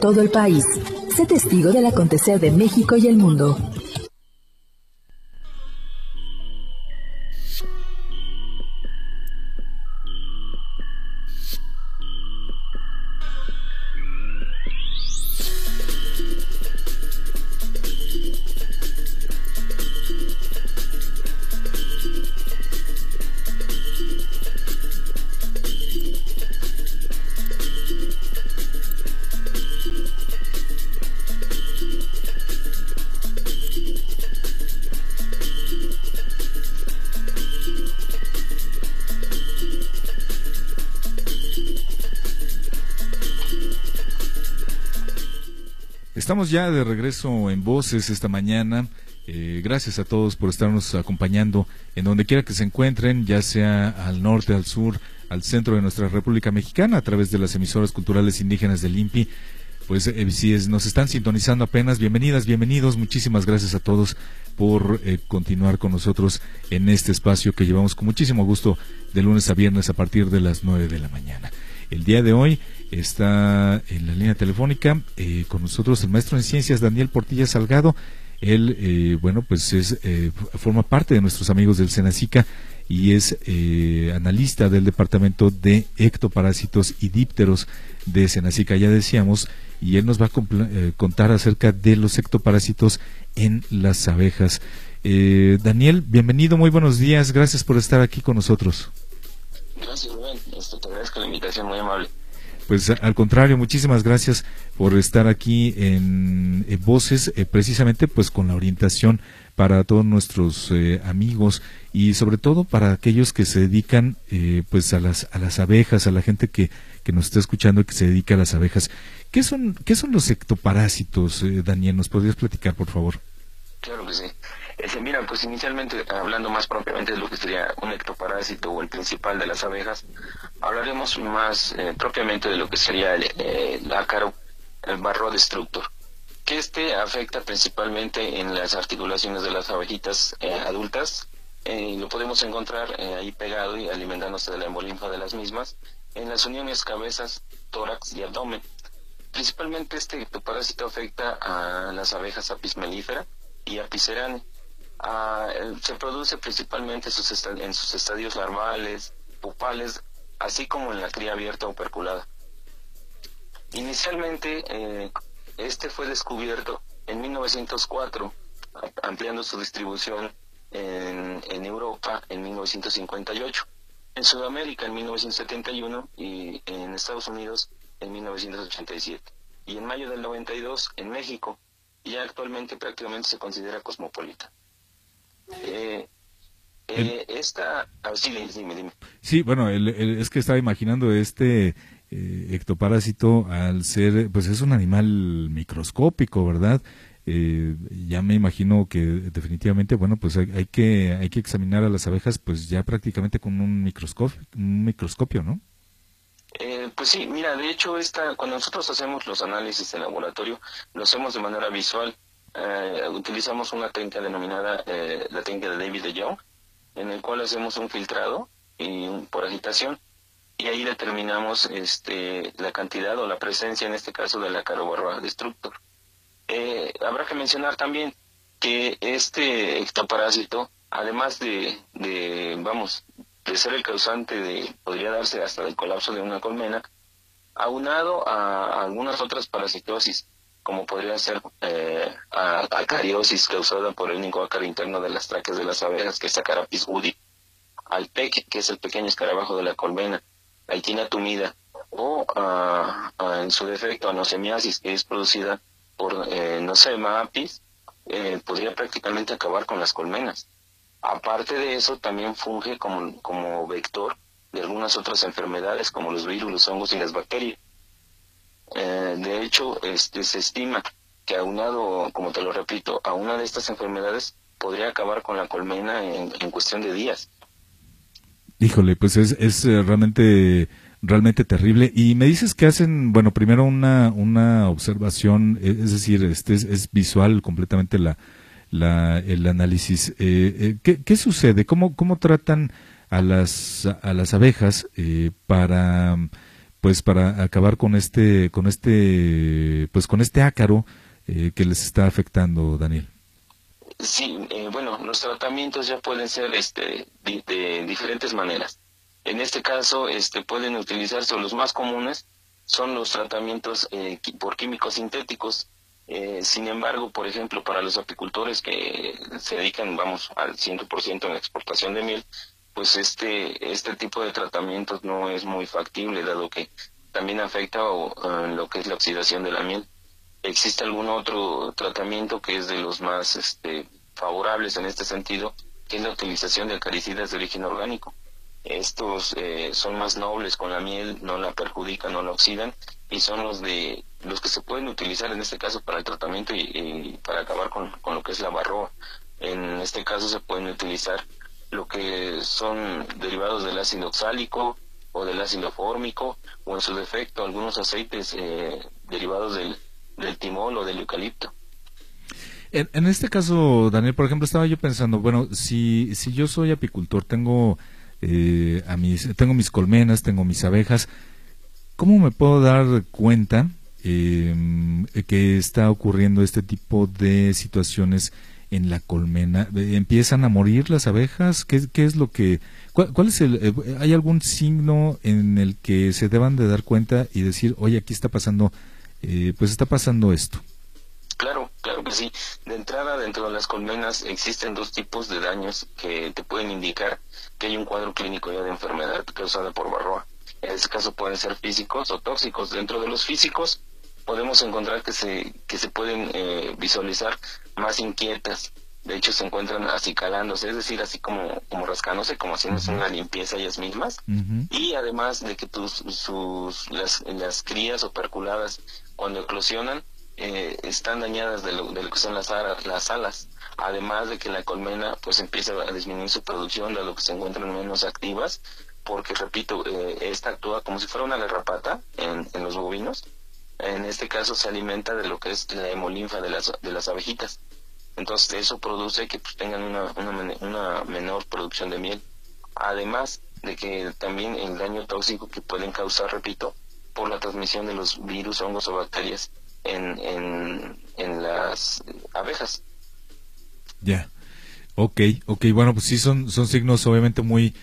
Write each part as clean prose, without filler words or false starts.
todo el país. Sé testigo del acontecer de México y el mundo. Estamos ya de regreso en Voces esta mañana. Gracias a todos por estarnos acompañando en donde quiera que se encuentren, ya sea al norte, al sur, al centro de nuestra República Mexicana, a través de las emisoras culturales indígenas del INPI. Pues si nos están sintonizando apenas, bienvenidas, bienvenidos, muchísimas gracias a todos por continuar con nosotros en este espacio que llevamos con muchísimo gusto de lunes a viernes a partir de las 9 de la mañana. El día de hoy está en la línea telefónica con nosotros el maestro en ciencias Daniel Portilla Salgado. Él, forma parte de nuestros amigos del Senacica y es analista del Departamento de Ectoparásitos y Dípteros de Senacica, ya decíamos, y él nos va a contar acerca de los ectoparásitos en las abejas. Daniel, bienvenido, muy buenos días, gracias por estar aquí con nosotros. Gracias, Rubén. Te agradezco la invitación, muy amable. Pues al contrario, muchísimas gracias por estar aquí en Voces, precisamente pues con la orientación para todos nuestros amigos y sobre todo para aquellos que se dedican pues a las abejas, a la gente que nos está escuchando y que se dedica a las abejas. ¿Qué son los ectoparásitos, Daniel? ¿Nos podrías platicar, por favor? Claro que sí. Mira, pues inicialmente, hablando más propiamente de lo que sería un ectoparásito o el principal de las abejas, hablaremos más propiamente de lo que sería el ácaro, el Varroa destructor, que afecta principalmente en las articulaciones de las abejitas adultas. Lo podemos encontrar ahí pegado y alimentándose de la hemolinfa de las mismas, en las uniones cabezas, tórax y abdomen. Principalmente este ectoparásito afecta a las abejas Apis mellifera y Apis ceranae. Se produce principalmente en sus estadios larvales, pupales, así como en la cría abierta o perculada. Inicialmente, fue descubierto en 1904, ampliando su distribución en Europa en 1958, en Sudamérica en 1971 y en Estados Unidos en 1987, y en mayo del 92 en México, y actualmente prácticamente se considera cosmopolita. Dime. Sí, bueno, es que estaba imaginando ectoparásito al ser, pues es un animal microscópico, ¿verdad? Ya me imagino que definitivamente, bueno, pues hay que examinar a las abejas, pues ya prácticamente con un microscopio, ¿no? Pues sí, mira, de hecho cuando nosotros hacemos los análisis en laboratorio, lo hacemos de manera visual. Utilizamos una técnica denominada la técnica de David de Jong, en el cual hacemos un filtrado por agitación, y ahí determinamos la cantidad o la presencia, en este caso, del ácaro Varroa destructor. Habrá que mencionar también que este ectoparásito, además de ser el causante podría darse hasta el colapso de una colmena, aunado a algunas otras parasitosis, como podría ser acariosis causada por el nicoácaro interno de las tráqueas de las abejas, que es Acarapis woodi, al PEC, que es el pequeño escarabajo de la colmena, la Itina tumida, o en su defecto anosemiasis, que es producida por Nosema apis, podría prácticamente acabar con las colmenas. Aparte de eso, también funge como vector de algunas otras enfermedades, como los virus, los hongos y las bacterias. De hecho, se estima que aunado, como te lo repito, a una de estas enfermedades podría acabar con la colmena en cuestión de días. Híjole, pues es realmente terrible. Y me dices que hacen, bueno, primero una observación, es decir, es visual completamente el análisis. ¿Qué sucede? ¿Cómo tratan a las abejas para pues para acabar con este ácaro que les está afectando, Daniel. Sí, bueno, los tratamientos ya pueden ser de diferentes maneras. En este caso, pueden utilizarse, o los más comunes son los tratamientos por químicos sintéticos. Sin embargo, por ejemplo, para los apicultores que se dedican, vamos, al 100% en la exportación de miel, pues este tipo de tratamientos no es muy factible, dado que también afecta lo que es la oxidación de la miel. ¿Existe algún otro tratamiento que es de los más favorables en este sentido, que es la utilización de acaricidas de origen orgánico? Estos son más nobles con la miel, no la perjudican, no la oxidan, y son los que se pueden utilizar en este caso para el tratamiento y para acabar con lo que es la varroa. En este caso se pueden utilizar lo que son derivados del ácido oxálico o del ácido fórmico, o en su defecto algunos aceites derivados del timol o del eucalipto. En este caso, Daniel, por ejemplo, estaba yo pensando, bueno, si yo soy apicultor, tengo mis colmenas, tengo mis abejas, ¿cómo me puedo dar cuenta que está ocurriendo este tipo de situaciones en la colmena? ¿Empiezan a morir las abejas? ¿Qué es lo que... ¿Cuál es hay algún signo en el que se deban de dar cuenta y decir, oye, aquí está pasando, pues está pasando esto? Claro que sí. De entrada, dentro de las colmenas existen dos tipos de daños que te pueden indicar que hay un cuadro clínico ya de enfermedad causada por varroa. En este caso pueden ser físicos o tóxicos. Dentro de los físicos podemos encontrar que se pueden visualizar más inquietas. De hecho, se encuentran acicalándose, es decir, así como rascándose, como haciéndose una limpieza ellas mismas. Y además de que las crías operculadas, cuando eclosionan, están dañadas de lo que son las alas, además de que la colmena pues empieza a disminuir su producción, dado que se encuentran menos activas, porque repito, esta actúa como si fuera una garrapata en los bovinos. En este caso se alimenta de lo que es la hemolinfa de las abejitas. Entonces eso produce que pues tengan una menor producción de miel, además de que también el daño tóxico que pueden causar, repito, por la transmisión de los virus, hongos o bacterias en las abejas. Ya, okay, bueno, pues sí son signos obviamente muy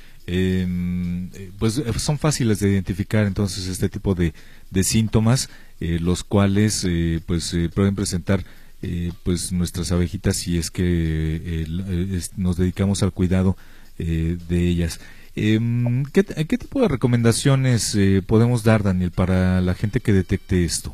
pues son fáciles de identificar entonces este tipo de síntomas, los cuales pueden presentar pues nuestras abejitas si es que nos dedicamos al cuidado de ellas. ¿Qué tipo de recomendaciones podemos dar, Daniel, para la gente que detecte esto?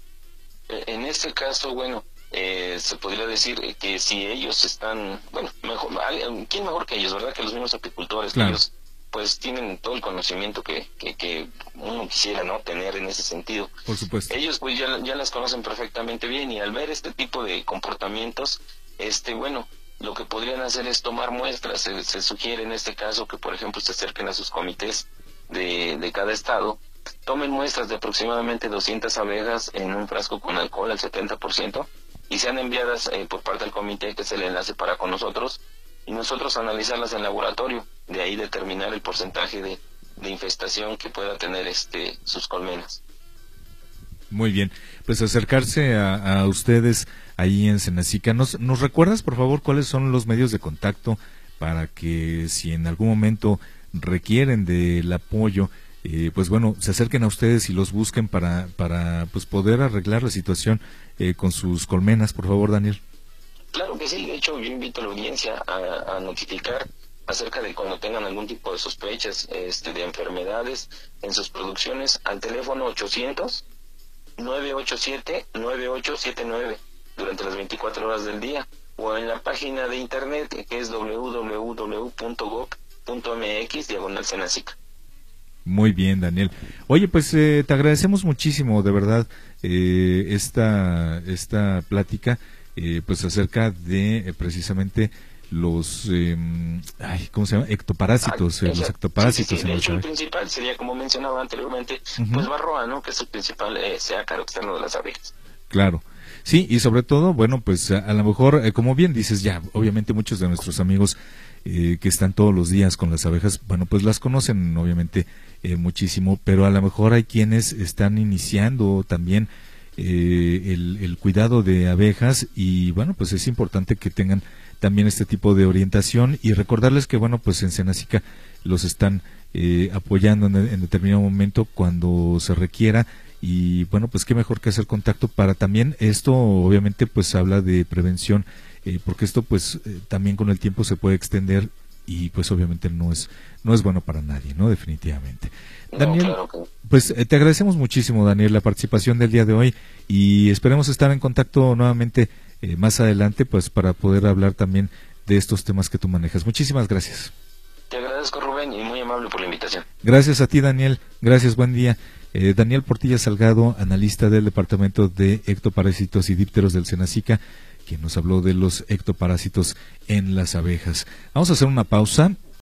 En este caso, bueno, se podría decir que si ellos están, bueno, mejor, ¿quién mejor que ellos, verdad? Que los mismos apicultores, claro. Que ellos pues tienen todo el conocimiento que uno quisiera, ¿no?, tener en ese sentido. Por supuesto. Ellos pues ya las conocen perfectamente bien, y al ver este tipo de comportamientos, bueno, lo que podrían hacer es tomar muestras. Se sugiere en este caso que, por ejemplo, se acerquen a sus comités de cada estado, tomen muestras de aproximadamente 200 abejas en un frasco con alcohol al 70%, y sean enviadas por parte del comité, que es el enlace para con nosotros, y nosotros analizarlas en laboratorio, de ahí determinar el porcentaje de infestación que pueda tener sus colmenas. Muy bien, pues acercarse a ustedes ahí en Senacica. ¿Nos recuerdas, por favor, cuáles son los medios de contacto para que si en algún momento requieren del apoyo, pues bueno, se acerquen a ustedes y los busquen para pues poder arreglar la situación con sus colmenas, por favor, Daniel? Claro que sí. De hecho, yo invito a la audiencia a notificar acerca de cuando tengan algún tipo de sospechas de enfermedades en sus producciones al teléfono 800-987-9879 durante las 24 horas del día, o en la página de internet que es www.gov.mx/Senacica. Muy bien, Daniel. Oye, pues te agradecemos muchísimo, de verdad, esta plática, pues acerca de precisamente los, ¿cómo se llama? Ectoparásitos, los ectoparásitos. Sí. De hecho, el principal sería, como mencionaba anteriormente, pues varroa, ¿no?, que es el principal ácaro externo de las abejas. Claro. Sí, y sobre todo, bueno, pues a lo mejor, como bien dices, ya, obviamente muchos de nuestros amigos que están todos los días con las abejas, bueno, pues las conocen, obviamente, muchísimo, pero a lo mejor hay quienes están iniciando también el cuidado de abejas, y bueno, pues es importante que tengan también este tipo de orientación, y recordarles que bueno, pues en Senacica los están apoyando en determinado momento cuando se requiera, y bueno, pues qué mejor que hacer contacto para también esto. Obviamente pues habla de prevención, porque esto pues también con el tiempo se puede extender, y pues obviamente no es bueno para nadie, ¿no? Definitivamente. Daniel, No, claro que... pues te agradecemos muchísimo, Daniel, la participación del día de hoy, y esperemos estar en contacto nuevamente más adelante, pues para poder hablar también de estos temas que tú manejas. Muchísimas gracias. Te agradezco, Rubén, y muy amable por la invitación. Gracias a ti, Daniel. Gracias, buen día. Daniel Portilla Salgado, analista del Departamento de Ectoparásitos y Dípteros del Senacica, quien nos habló de los ectoparásitos en las abejas. Vamos a hacer una pausa